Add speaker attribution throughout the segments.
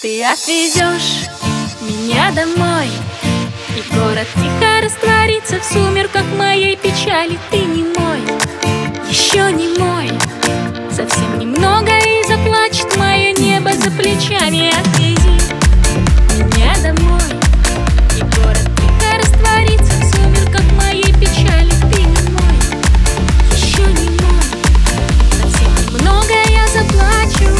Speaker 1: Ты отвезешь меня домой, и город тихо растворится в сумерках моей печали. Ты не мой, еще не мой, совсем немного, и заплачет мое небо за плечами. Отвези меня домой, и город тихо растворится в сумерках моей печали. Ты не мой, еще не мой, совсем немного, я заплачу.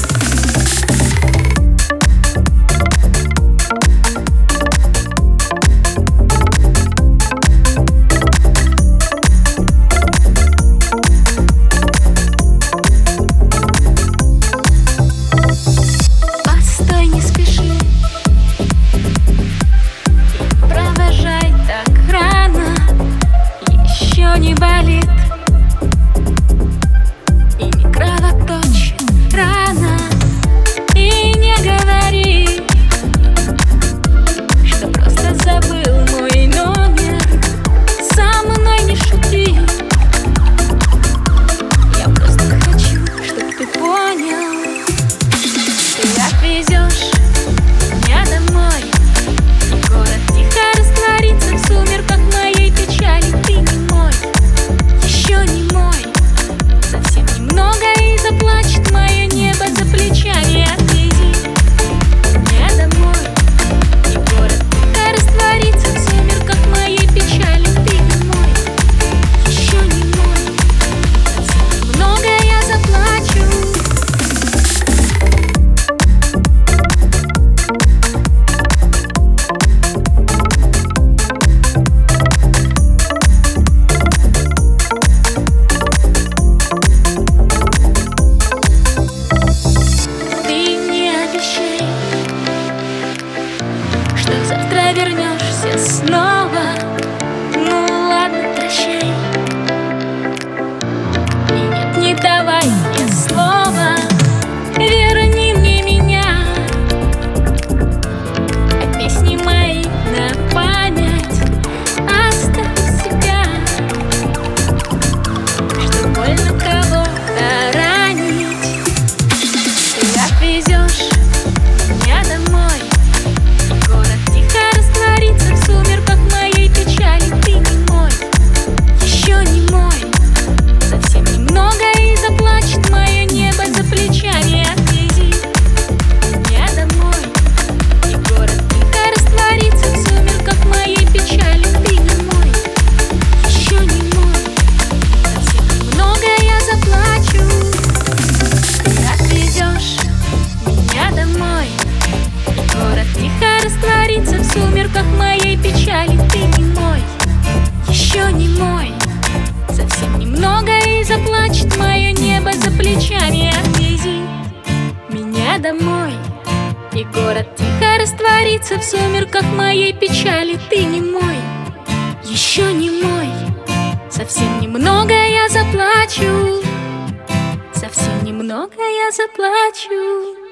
Speaker 1: Не болит и не кровоточит рана. И не говори, что просто забыл мой номер. Со мной не шути, я просто хочу, чтоб ты понял. Ты отвезешь меня домой, и город тихо растворится в сумерках моей печали. Ты не мой, еще не мой, совсем немного, и заплачет мое небо за плечами. Отвези меня домой, и город тихо растворится в сумерках моей печали. Ты не мой, еще не мой, совсем немного, я заплачу. Завтра вернешься снова. Ну ладно, прощай. И нет, не давай мне слова. Верни мне меня, а песни мои на память оставь себя, что больно кого-то ранить. Ты отвезешь меня домой, город тихо растворится в сумерках моей печали. Ты не мой, еще не мой, совсем немного, и заплачет мое небо за плечами. Отвези меня домой, и город тихо растворится в сумерках моей печали. Ты не мой, еще не мой, совсем немного, я заплачу. Ты отвезешь меня домой, город тихо растворится в сумерках моей печали. Ты не мой, еще не мой, совсем немного, и заплачет мое небо за плечами. Отвези меня домой, и город тихо растворится в сумерках моей печали. Ты не мой, еще не мой, совсем немного, я заплачу. Совсем немного, я заплачу.